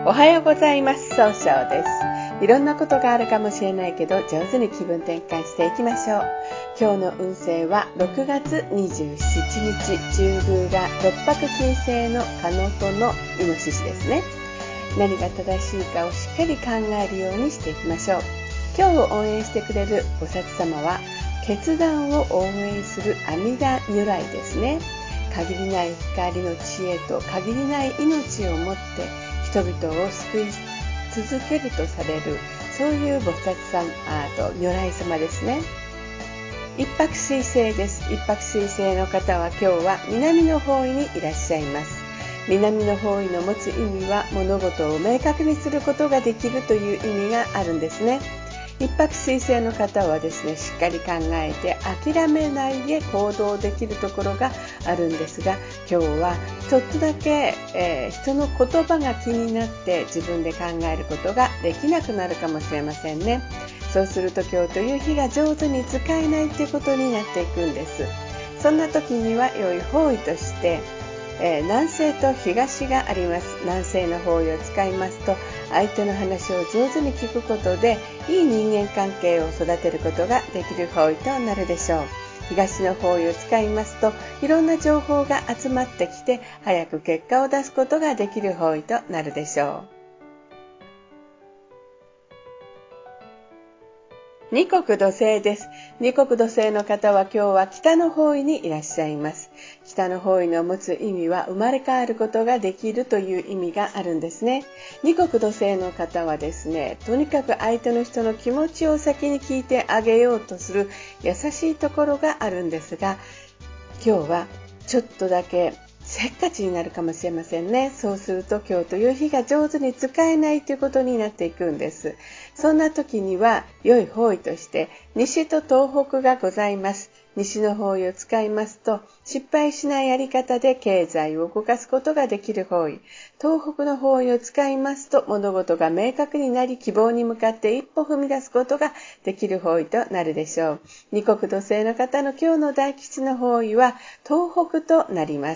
おはようございます。総称です。いろんなことがあるかもしれないけど、上手に気分転換していきましょう。今日の運勢は6月27日、中宮が六白金星のカノトのイノシシですね。何が正しいかをしっかり考えるようにしていきましょう。今日を応援してくれる菩薩様は、決断を応援する阿弥陀如来ですね。限りない光の知恵と限りない命をもって人々を救い続けるとされる、そういう菩薩様と如来様ですね。一白水星です。一白水星の方は今日は南の方位にいらっしゃいます。南の方位の持つ意味は、物事を明確にすることができるという意味があるんですね。一白水星の方はですね、しっかり考えて諦めないで行動できるところがあるんですが、今日はちょっとだけ、人の言葉が気になって自分で考えることができなくなるかもしれませんね。そうすると今日という日が上手に使えないということになっていくんです。そんな時には良い方位として南西と東があります。南西の方位を使いますと、相手の話を上手に聞くことでいい人間関係を育てることができる方位となるでしょう。東の方位を使いますと、いろんな情報が集まってきて早く結果を出すことができる方位となるでしょう。二国土星です。二国土星の方は今日は北の方位にいらっしゃいます。北の方位の持つ意味は、生まれ変わることができるという意味があるんですね。二国土星の方はですね、とにかく相手の人の気持ちを先に聞いてあげようとする優しいところがあるんですが、今日はちょっとだけせっかちになるかもしれませんね。そうすると今日という日が上手に使えないということになっていくんです。そんな時には良い方位として西と東北がございます。西の方位を使いますと、失敗しないやり方で経済を動かすことができる方位。東北の方位を使いますと、物事が明確になり、希望に向かって一歩踏み出すことができる方位となるでしょう。二国土星の方の今日の大吉の方位は東北となります。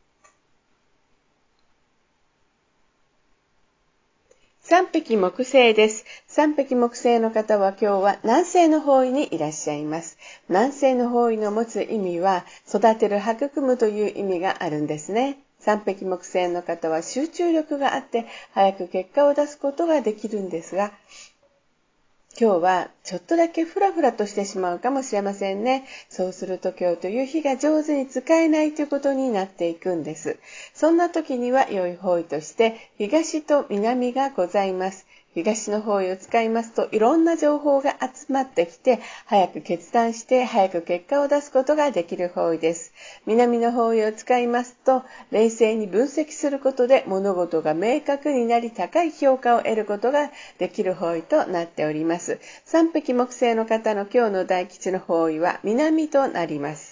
三匹木星です。三匹木星の方は今日は南西の方位にいらっしゃいます。南西の方位の持つ意味は、育てる、育むという意味があるんですね。三匹木星の方は集中力があって早く結果を出すことができるんですが、今日はちょっとだけフラフラとしてしまうかもしれませんね。そうすると今日という日が上手に使えないということになっていくんです。そんな時には良い方位として東と南がございます。東の方位を使いますと、いろんな情報が集まってきて早く決断して早く結果を出すことができる方位です。南の方位を使いますと、冷静に分析することで物事が明確になり、高い評価を得ることができる方位となっております。三匹木星の方の今日の大吉の方位は南となります。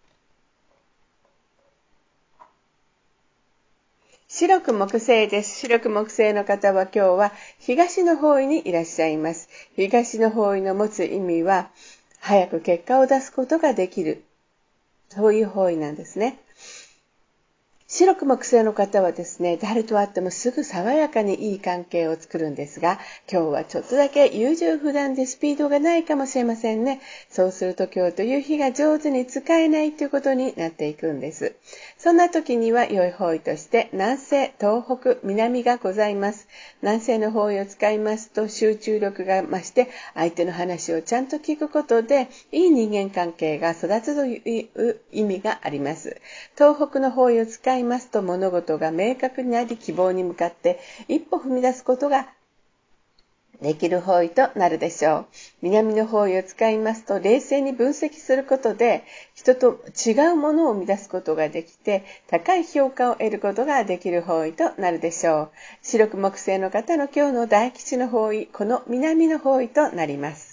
白く木星です。白く木星の方は今日は東の方位にいらっしゃいます。東の方位の持つ意味は、早く結果を出すことができる、そういう方位なんですね。白く木星の方はですね、誰と会ってもすぐ爽やかにいい関係を作るんですが、今日はちょっとだけ優柔不断でスピードがないかもしれませんね。そうすると今日という日が上手に使えないということになっていくんです。そんな時には良い方位として南西、東北、南がございます。南西の方位を使いますと、集中力が増して相手の話をちゃんと聞くことでいい人間関係が育つという意味があります。東北の方位を使いますと、物事が明確になり、希望に向かって一歩踏み出すことができる方位となるでしょう。南の方位を使いますと、冷静に分析することで人と違うものを生み出すことができて、高い評価を得ることができる方位となるでしょう。白く木星の方の今日の大吉の方位、この南の方位となります。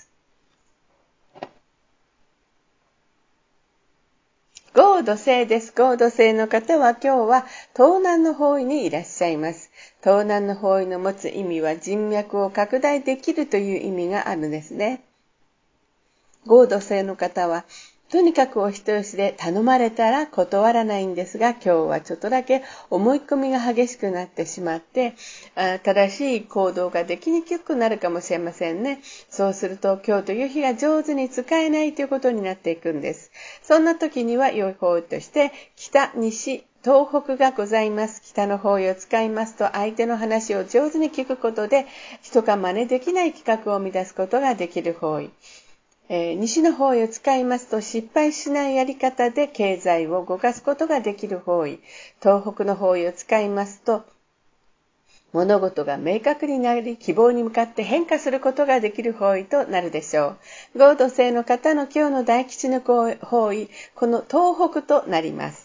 合土星です。合土星の方は今日は東南の方位にいらっしゃいます。東南の方位の持つ意味は、人脈を拡大できるという意味があるんですね。合土星の方はとにかくお人よしで頼まれたら断らないんですが、今日はちょっとだけ思い込みが激しくなってしまって、正しい行動ができにくくなるかもしれませんね。そうすると今日という日が上手に使えないということになっていくんです。そんな時には良い方位として北、西、東北がございます。北の方位を使いますと、相手の話を上手に聞くことで人が真似できない企画を生み出すことができる方位。西の方位を使いますと、失敗しないやり方で経済を動かすことができる方位。東北の方位を使いますと、物事が明確になり、希望に向かって変化することができる方位となるでしょう。合土星の方の今日の大吉の方位、この東北となります。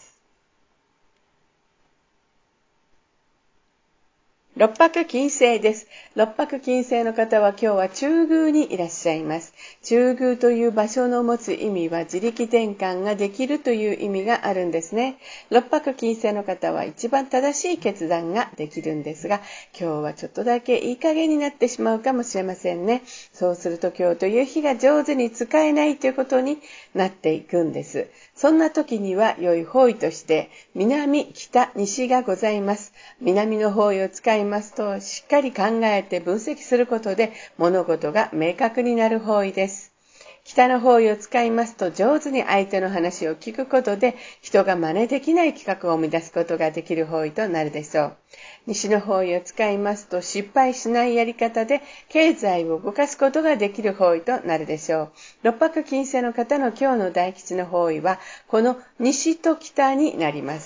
六白金星です。六白金星の方は今日は中宮にいらっしゃいます。中宮という場所の持つ意味は自力転換ができるという意味があるんですね。六白金星の方は一番正しい決断ができるんですが、今日はちょっとだけいい加減になってしまうかもしれませんね。そうすると今日という日が上手に使えないということになっていくんです。そんな時には良い方位として南、北、西がございます。南の方位を使いますと、しっかり考えて分析することで物事が明確になる方位です。北の方位を使いますと、上手に相手の話を聞くことで人が真似できない企画を生み出すことができる方位となるでしょう。西の方位を使いますと、失敗しないやり方で経済を動かすことができる方位となるでしょう。六白金星の方の今日の大吉の方位はこの西と北になります。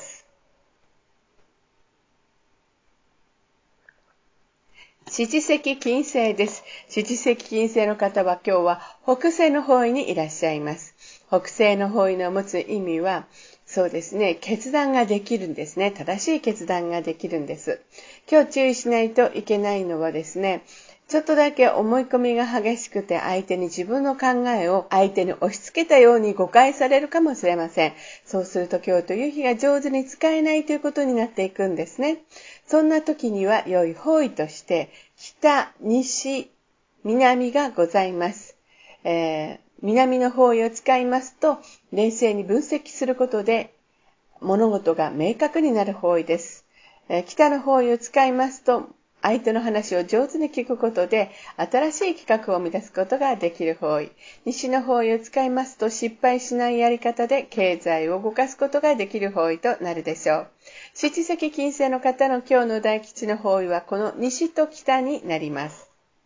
七石金星です。七石金星の方は今日は北西の方位にいらっしゃいます。北西の方位の持つ意味は、そうですね、決断ができるんですね。正しい決断ができるんです。今日注意しないといけないのはですね、ちょっとだけ思い込みが激しくて相手に自分の考えを相手に押し付けたように誤解されるかもしれません。そうすると今日という日が上手に使えないということになっていくんですね。そんな時には良い方位として北、西、南がございます。南の方位を使いますと冷静に分析することで物事が明確になる方位です。北の方位を使いますと相手の話を上手に聞くことで新しい企画を生み出すことができる方位。西の方位を使いますと失敗しないやり方で経済を動かすことができる方位となるでしょう。七石金星の方の今日の大吉の方位はこの西と北になります。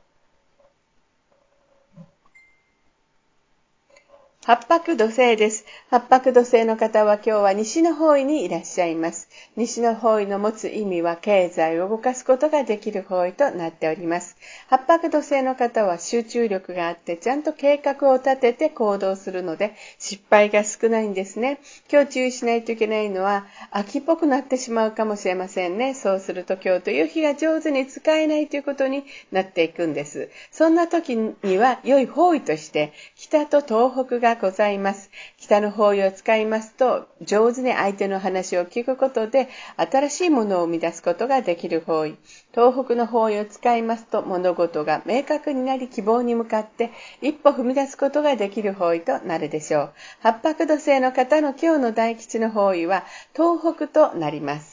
八白土星です。八白土星の方は今日は西の方位にいらっしゃいます。西の方位の持つ意味は経済を動かすことができる方位となっております。八白土星の方は集中力があってちゃんと計画を立てて行動するので失敗が少ないんですね。今日注意しないといけないのは秋っぽくなってしまうかもしれませんね。そうすると今日という日が上手に使えないということになっていくんです。そんな時には良い方位として北と東北がございます。北の方位を使いますと上手に相手の話を聞くことで新しいものを生み出すことができる方位。東北の方位を使いますと物事が明確になり希望に向かって一歩踏み出すことができる方位となるでしょう。八白土星の方の今日の大吉の方位は東北となります。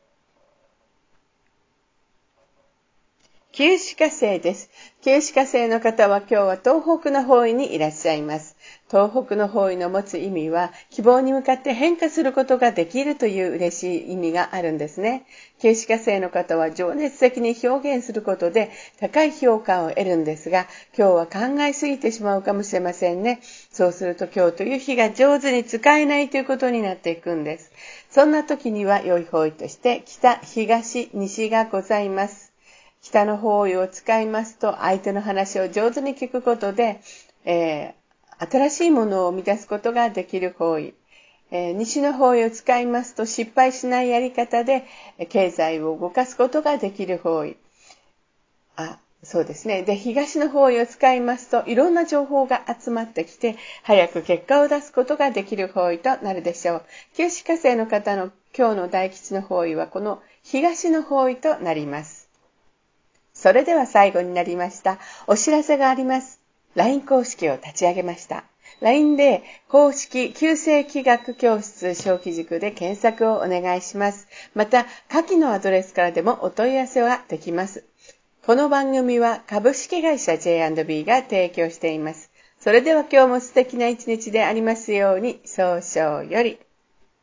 九死火星です。九死火星の方は今日は東北の方位にいらっしゃいます。東北の方位の持つ意味は希望に向かって変化することができるという嬉しい意味があるんですね。九死火星の方は情熱的に表現することで高い評価を得るんですが、今日は考えすぎてしまうかもしれませんね。そうすると今日という日が上手に使えないということになっていくんです。そんな時には良い方位として北、東、西がございます。北の方位を使いますと相手の話を上手に聞くことで、新しいものを生み出すことができる方位。西の方位を使いますと失敗しないやり方で経済を動かすことができる方位。そうですね。で、東の方位を使いますといろんな情報が集まってきて早く結果を出すことができる方位となるでしょう。九死火星の方の今日の大吉の方位はこの東の方位となります。それでは最後になりました。お知らせがあります。LINE 公式を立ち上げました。 LINE で公式旧世紀学教室小規塾で検索をお願いします。また、下記のアドレスからでもお問い合わせはできます。この番組は株式会社 J&B が提供しています。それでは今日も素敵な一日でありますように、早々より。